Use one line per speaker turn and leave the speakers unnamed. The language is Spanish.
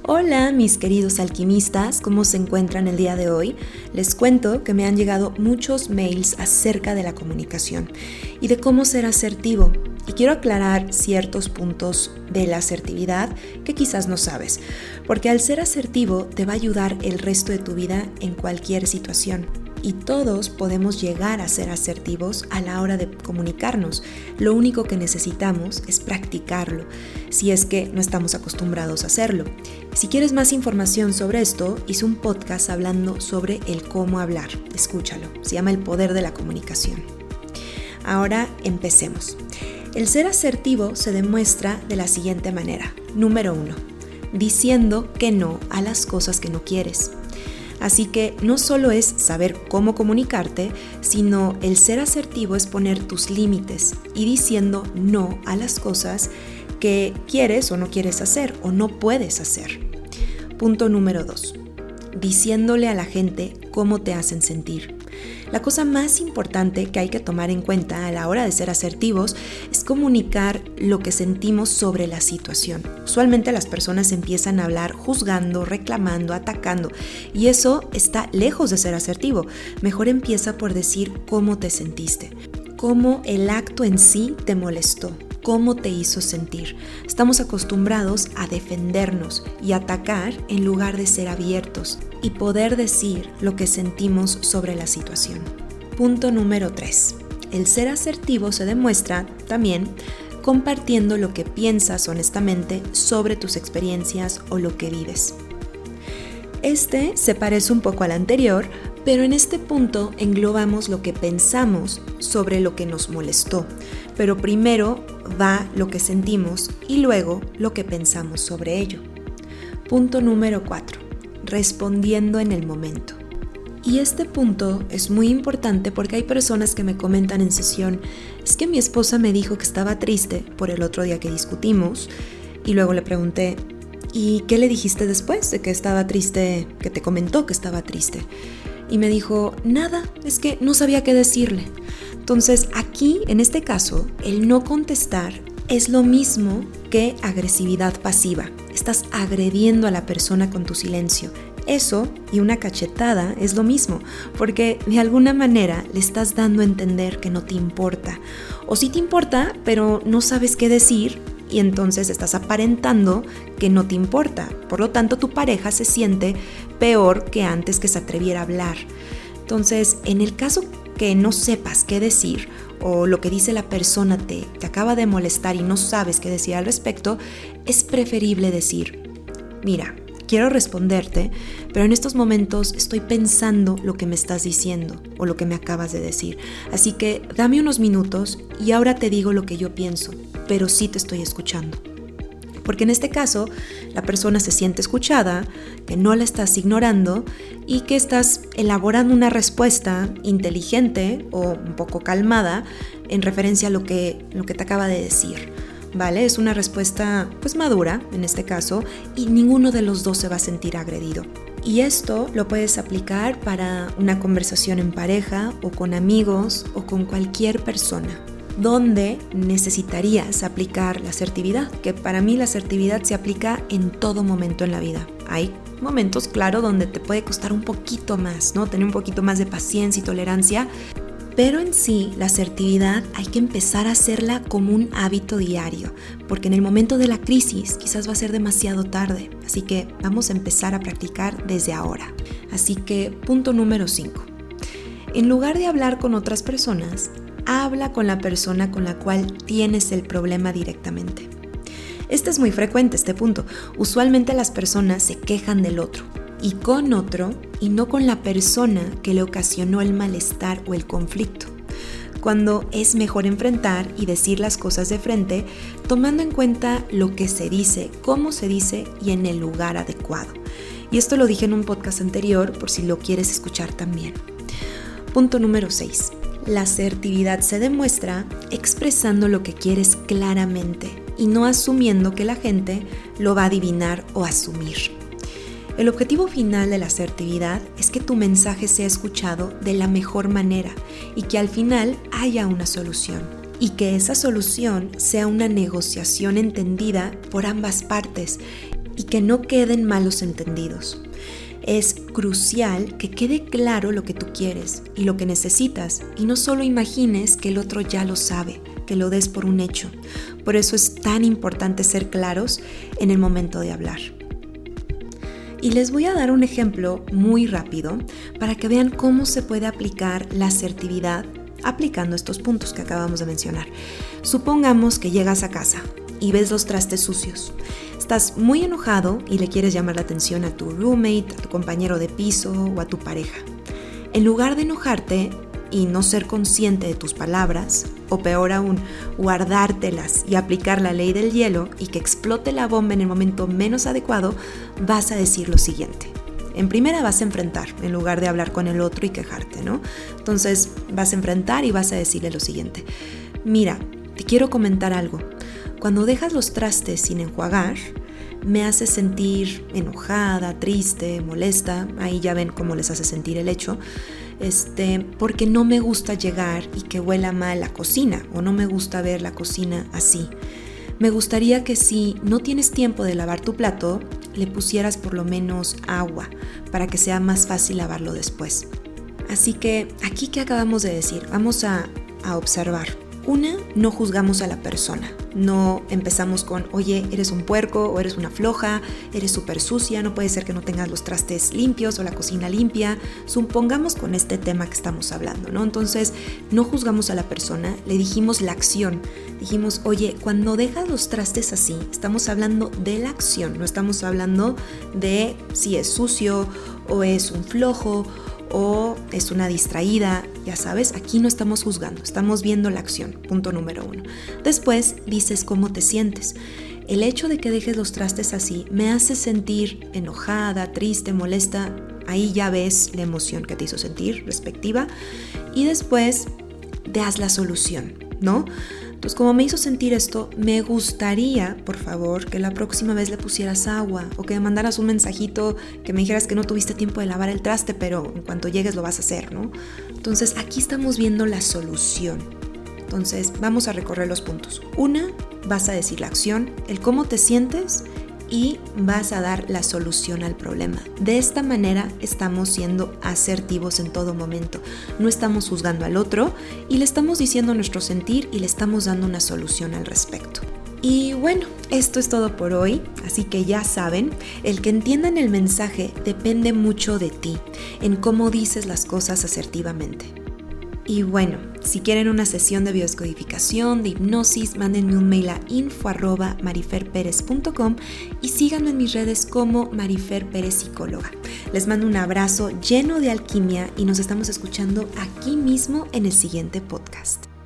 Hola mis queridos alquimistas, ¿cómo se encuentran el día de hoy? Les cuento que me han llegado muchos mails acerca de la comunicación y de cómo ser asertivo. Y quiero aclarar ciertos puntos de la asertividad que quizás no sabes, porque al ser asertivo te va a ayudar el resto de tu vida en cualquier situación. Y todos podemos llegar a ser asertivos a la hora de comunicarnos. Lo único que necesitamos es practicarlo, si es que no estamos acostumbrados a hacerlo. Si quieres más información sobre esto, hice un podcast hablando sobre el cómo hablar. Escúchalo, se llama El Poder de la Comunicación. Ahora empecemos. El ser asertivo se demuestra de la siguiente manera. Número 1, diciendo que no a las cosas que no quieres. Así que no solo es saber cómo comunicarte, sino el ser asertivo es poner tus límites y diciendo no a las cosas que quieres o no quieres hacer o no puedes hacer. Punto número 2, diciéndole a la gente cómo te hacen sentir. La cosa más importante que hay que tomar en cuenta a la hora de ser asertivos es comunicar lo que sentimos sobre la situación. Usualmente las personas empiezan a hablar juzgando, reclamando, atacando, y eso está lejos de ser asertivo. Mejor empieza por decir cómo te sentiste, cómo el acto en sí te molestó, cómo te hizo sentir. Estamos acostumbrados a defendernos y atacar en lugar de ser abiertos y poder decir lo que sentimos sobre la situación. Punto número 3. El ser asertivo se demuestra también compartiendo lo que piensas honestamente sobre tus experiencias o lo que vives. Este se parece un poco al anterior, pero en este punto englobamos lo que pensamos sobre lo que nos molestó. Pero primero va lo que sentimos y luego lo que pensamos sobre ello. Punto número 4. Respondiendo en el momento. Y este punto es muy importante porque hay personas que me comentan en sesión, es que mi esposa me dijo que estaba triste por el otro día que discutimos, y luego le pregunté, ¿y qué le dijiste después de que estaba triste, que te comentó que estaba triste? Y me dijo, nada, es que no sabía qué decirle. Entonces aquí, en este caso, el no contestar es lo mismo que agresividad pasiva. Estás agrediendo a la persona con tu silencio. Eso y una cachetada es lo mismo, porque de alguna manera le estás dando a entender que no te importa. O sí te importa, pero no sabes qué decir y entonces estás aparentando que no te importa. Por lo tanto, tu pareja se siente peor que antes que se atreviera a hablar. Entonces, en el caso que no sepas qué decir o lo que dice la persona te acaba de molestar y no sabes qué decir al respecto, es preferible decir, mira, quiero responderte, pero en estos momentos estoy pensando lo que me estás diciendo o lo que me acabas de decir. Así que dame unos minutos y ahora te digo lo que yo pienso, pero sí te estoy escuchando. Porque en este caso, la persona se siente escuchada, que no la estás ignorando y que estás elaborando una respuesta inteligente o un poco calmada en referencia a lo que te acaba de decir. ¿Vale? Es una respuesta pues madura en este caso y ninguno de los dos se va a sentir agredido. Y esto lo puedes aplicar para una conversación en pareja o con amigos o con cualquier persona donde necesitarías aplicar la asertividad, que para mí la asertividad se aplica en todo momento en la vida. Hay momentos, claro, donde te puede costar un poquito más, ¿no? Tener un poquito más de paciencia y tolerancia, pero en sí la asertividad hay que empezar a hacerla como un hábito diario, porque en el momento de la crisis quizás va a ser demasiado tarde, así que vamos a empezar a practicar desde ahora. Así que punto número 5. En lugar de hablar con otras personas, habla con la persona con la cual tienes el problema directamente. Este es muy frecuente, este punto. Usualmente las personas se quejan del otro y con otro y no con la persona que le ocasionó el malestar o el conflicto. Cuando es mejor enfrentar y decir las cosas de frente, tomando en cuenta lo que se dice, cómo se dice y en el lugar adecuado. Y esto lo dije en un podcast anterior por si lo quieres escuchar también. Punto número 6. La asertividad se demuestra expresando lo que quieres claramente y no asumiendo que la gente lo va a adivinar o asumir. El objetivo final de la asertividad es que tu mensaje sea escuchado de la mejor manera y que al final haya una solución. Y que esa solución sea una negociación entendida por ambas partes y que no queden malos entendidos. Es crucial que quede claro lo que tú quieres y lo que necesitas y no solo imagines que el otro ya lo sabe, que lo des por un hecho. Por eso es tan importante ser claros en el momento de hablar. Y les voy a dar un ejemplo muy rápido para que vean cómo se puede aplicar la asertividad aplicando estos puntos que acabamos de mencionar. Supongamos que llegas a casa y ves los trastes sucios. Estás muy enojado y le quieres llamar la atención a tu roommate, a tu compañero de piso o a tu pareja. En lugar de enojarte y no ser consciente de tus palabras, o peor aún, guardártelas y aplicar la ley del hielo y que explote la bomba en el momento menos adecuado, vas a decir lo siguiente. En primera vas a enfrentar, en lugar de hablar con el otro y quejarte, ¿no? Entonces vas a enfrentar y vas a decirle lo siguiente. Mira, te quiero comentar algo. Cuando dejas los trastes sin enjuagar, me hace sentir enojada, triste, molesta. Ahí ya ven cómo les hace sentir el hecho. Porque no me gusta llegar y que huela mal la cocina, o no me gusta ver la cocina así. Me gustaría que si no tienes tiempo de lavar tu plato, le pusieras por lo menos agua para que sea más fácil lavarlo después. Así que aquí que acabamos de decir, vamos a observar. Una, no juzgamos a la persona. No empezamos con, oye, eres un puerco o eres una floja, eres súper sucia, no puede ser que no tengas los trastes limpios o la cocina limpia. Supongamos con este tema que estamos hablando, ¿no? Entonces, no juzgamos a la persona, le dijimos la acción. Dijimos, oye, cuando dejas los trastes así, estamos hablando de la acción, no estamos hablando de si es sucio o es un flojo o es una distraída, ya sabes, aquí no estamos juzgando, estamos viendo la acción, punto número 1. Después dices cómo te sientes. El hecho de que dejes los trastes así me hace sentir enojada, triste, molesta, ahí ya ves la emoción que te hizo sentir, respectiva, y después das la solución, ¿no? Entonces, como me hizo sentir esto, me gustaría, por favor, que la próxima vez le pusieras agua o que me mandaras un mensajito que me dijeras que no tuviste tiempo de lavar el traste, pero en cuanto llegues lo vas a hacer, ¿no? Entonces, aquí estamos viendo la solución. Entonces, vamos a recorrer los puntos. Una, vas a decir la acción, el cómo te sientes y vas a dar la solución al problema. De esta manera estamos siendo asertivos en todo momento. No estamos juzgando al otro y le estamos diciendo nuestro sentir y le estamos dando una solución al respecto. Y bueno, esto es todo por hoy, así que ya saben, el que entiendan el mensaje depende mucho de ti, en cómo dices las cosas asertivamente. Y bueno, si quieren una sesión de biodescodificación, de hipnosis, mándenme un mail a info@mariferperez.com y síganme en mis redes como Marifer Pérez Psicóloga. Les mando un abrazo lleno de alquimia y nos estamos escuchando aquí mismo en el siguiente podcast.